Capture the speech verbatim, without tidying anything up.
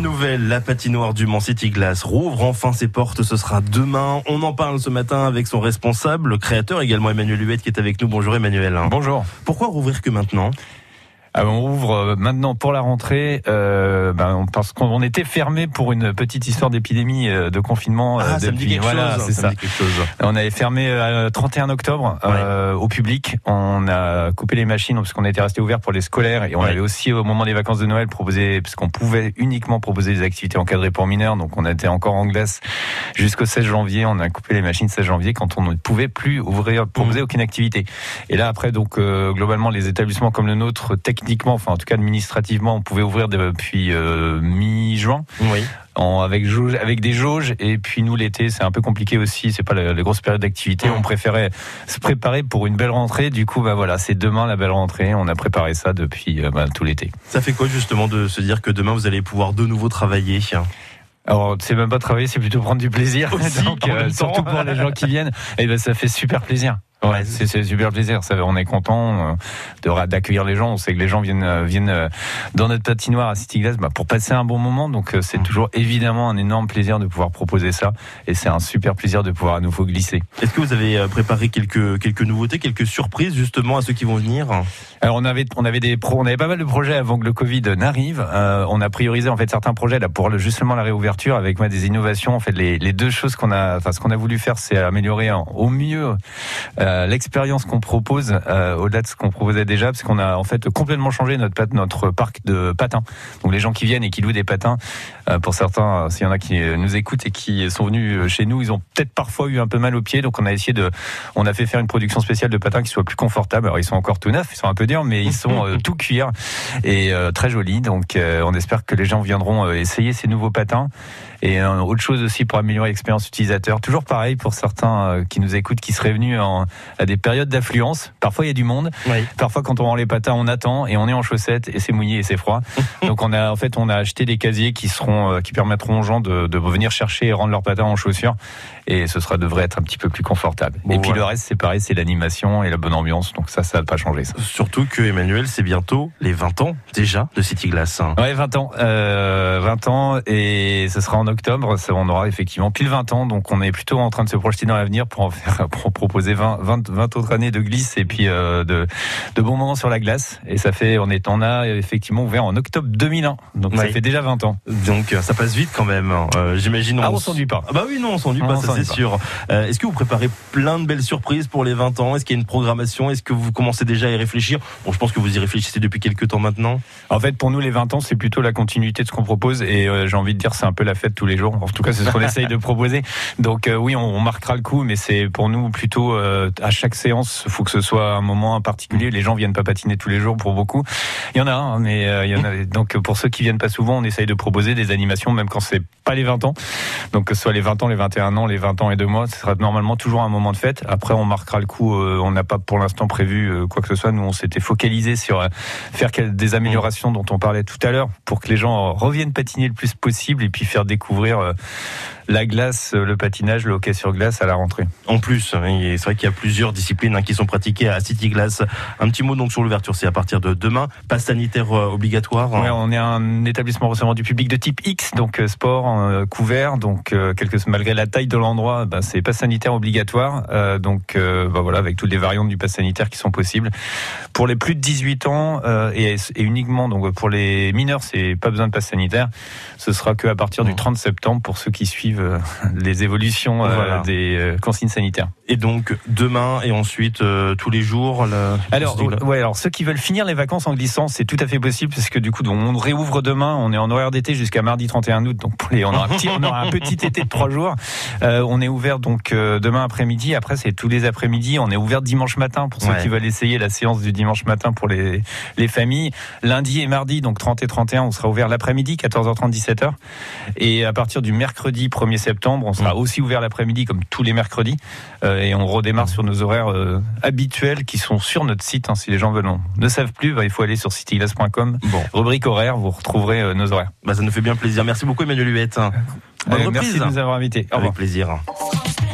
bonne nouvelle, la patinoire du Mans City Glass rouvre enfin ses portes, ce sera demain. On en parle ce matin avec son responsable, le créateur également Emmanuel Huette qui est avec nous. Bonjour Emmanuel. Bonjour. Pourquoi rouvrir que maintenant ? Ah, on ouvre maintenant pour la rentrée euh, ben, parce qu'on était fermé pour une petite histoire d'épidémie de confinement. Ah, euh, ça depuis, me dit quelque voilà, chose. c'est ça ça. me dit quelque chose. On avait fermé le trente et un octobre euh, ouais. au public. On a coupé les machines parce qu'on était resté ouvert pour les scolaires et on ouais. avait aussi au moment des vacances de Noël proposé, parce qu'on pouvait uniquement proposer des activités encadrées pour mineurs. Donc on était encore en glace jusqu'au seize janvier. On a coupé les machines le seize janvier quand on ne pouvait plus ouvrir, proposer mmh. aucune activité. Et là après donc euh, globalement les établissements comme le nôtre techniquement, enfin en tout cas administrativement, on pouvait ouvrir depuis euh, mi-juin. Oui. En, avec, jauge, avec des jauges, et puis nous l'été c'est un peu compliqué aussi, c'est pas la, la grosse période d'activité. Mmh. On préférait se préparer pour une belle rentrée. Du coup bah voilà, c'est demain la belle rentrée. On a préparé ça depuis euh, bah, tout l'été. Ça fait quoi justement de se dire que demain vous allez pouvoir de nouveau travailler ? Alors c'est même pas travailler, c'est plutôt prendre du plaisir. Aussi, donc euh, surtout pour les gens qui viennent, et ben ça fait super plaisir. Ouais, c'est, c'est super plaisir. Ça, on est content de, d'accueillir les gens. On sait que les gens viennent, viennent dans notre patinoire à City Glass bah, pour passer un bon moment. Donc, c'est mmh. toujours évidemment un énorme plaisir de pouvoir proposer ça. Et c'est un super plaisir de pouvoir à nouveau glisser. Est-ce que vous avez préparé quelques, quelques nouveautés, quelques surprises justement à ceux qui vont venir ? Alors, on avait, on avait des pro, on avait pas mal de projets avant que le Covid n'arrive. Euh, on a priorisé en fait certains projets là pour le, justement la réouverture avec moi des innovations. En fait, les, les deux choses qu'on a, enfin, ce qu'on a voulu faire, c'est améliorer en, au mieux. Euh, l'expérience qu'on propose euh, au-delà de ce qu'on proposait déjà, parce qu'on a en fait complètement changé notre pat- notre parc de patins. Donc les gens qui viennent et qui louent des patins, euh, pour certains, s'il y en a qui nous écoutent et qui sont venus chez nous, ils ont peut-être parfois eu un peu mal aux pieds. Donc on a essayé de, on a fait faire une production spéciale de patins qui soit plus confortable. Alors ils sont encore tout neufs, ils sont un peu durs, mais ils sont euh, tout cuir et euh, très jolis. Donc euh, on espère que les gens viendront euh, essayer ces nouveaux patins. Et euh, autre chose aussi pour améliorer l'expérience utilisateur. Toujours pareil pour certains euh, qui nous écoutent, qui seraient venus en, à des périodes d'affluence. Parfois il y a du monde. Oui. Parfois quand on rend les patins, on attend et on est en chaussettes et c'est mouillé et c'est froid. Donc on a en fait on a acheté des casiers qui seront euh, qui permettront aux gens de, de venir chercher et rendre leurs patins en chaussures. Et ce sera devrait être un petit peu plus confortable. Bon, et puis voilà. Le reste c'est pareil, c'est l'animation et la bonne ambiance. Donc ça ça va pas changer ça. Surtout que Emmanuel, c'est bientôt les vingt ans déjà de City Glass. Ouais, vingt ans, euh, vingt ans et ce sera en octobre. On aura effectivement pile vingt ans, donc on est plutôt en train de se projeter dans l'avenir pour en faire, pour proposer vingt, vingt, vingt autres années de glisse et puis euh, de, de bons moments sur la glace. Et ça fait, on est, on a effectivement ouvert en octobre deux mille un, donc oui. Ça fait déjà vingt ans. Donc ça passe vite quand même. Euh, j'imagine. On ah, on s'ennuie pas. Ah bah oui, non, on s'ennuie on pas, ça c'est pas. Sûr. Euh, est-ce que vous préparez plein de belles surprises pour les vingt ans ? Est-ce qu'il y a une programmation ? Est-ce que vous commencez déjà à y réfléchir ? Bon, je pense que vous y réfléchissez depuis quelques temps maintenant. En fait, pour nous, les vingt ans, c'est plutôt la continuité de ce qu'on propose et euh, j'ai envie de dire, c'est un peu la fête tous les jours. En tout cas, c'est ce qu'on essaye de proposer. Donc euh, oui, on, on marquera le coup, mais c'est pour nous plutôt euh, à chaque séance, il faut que ce soit un moment particulier. Les gens viennent pas patiner tous les jours pour beaucoup. Il y en a un, mais euh, il y en a. Donc pour ceux qui viennent pas souvent, on essaye de proposer des animations, même quand c'est pas les vingt ans. Donc que ce soit les vingt ans, les vingt et un ans, les vingt ans et deux mois, ce sera normalement toujours un moment de fête. Après, on marquera le coup. Euh, on n'a pas pour l'instant prévu euh, quoi que ce soit. Nous, on s'était focalisé sur euh, faire des améliorations dont on parlait tout à l'heure pour que les gens reviennent patiner le plus possible et puis faire découvrir euh, la glace, le patinage, le hockey sur glace à la rentrée. En plus, c'est vrai qu'il y a plusieurs disciplines hein, qui sont pratiquées à City Glass. Un petit mot donc sur l'ouverture, c'est à partir de demain. Passe sanitaire euh, obligatoire. Oui, on est un établissement recevant du public de type X, donc euh, sport euh, couvert, donc euh, quelque, malgré la taille de l'endroit, bah, c'est passe sanitaire obligatoire. Euh, donc euh, bah, voilà, avec toutes les variantes du passe sanitaire qui sont possibles. Pour les plus de dix-huit ans euh, et, et uniquement donc pour les mineurs, c'est pas besoin de passe sanitaire. Ce sera que à partir du trente septembre pour ceux qui suivent les évolutions euh, voilà. des euh, consignes sanitaires. Et donc demain et ensuite euh, tous les jours. La... Alors ouais, alors ceux qui veulent finir les vacances en glissant, c'est tout à fait possible parce que du coup on réouvre demain. On est en horaire d'été jusqu'à mardi trente et un août, donc pour les, on aura un petit, on aura un petit été de trois jours. Euh, on est ouvert donc euh, demain après-midi. Après c'est tous les après-midi. On est ouvert dimanche matin pour ceux ouais. qui veulent essayer la séance du dimanche matin pour les les familles. Lundi et mardi donc trente et trente et un, on sera ouvert l'après-midi quatorze heures trente dix-sept heures. Et à partir du mercredi premier septembre, on sera aussi ouvert l'après-midi comme tous les mercredis euh, et on redémarre sur nos horaires euh, habituels qui sont sur notre site. Hein, si les gens veulent, on ne savent plus, bah, il faut aller sur cityglass point com. Bon. Rubrique horaire, vous retrouverez euh, nos horaires. Bah, ça nous fait bien plaisir. Merci beaucoup Emmanuel Huette. Bonne euh, reprise. Merci de nous avoir invités. Avec plaisir.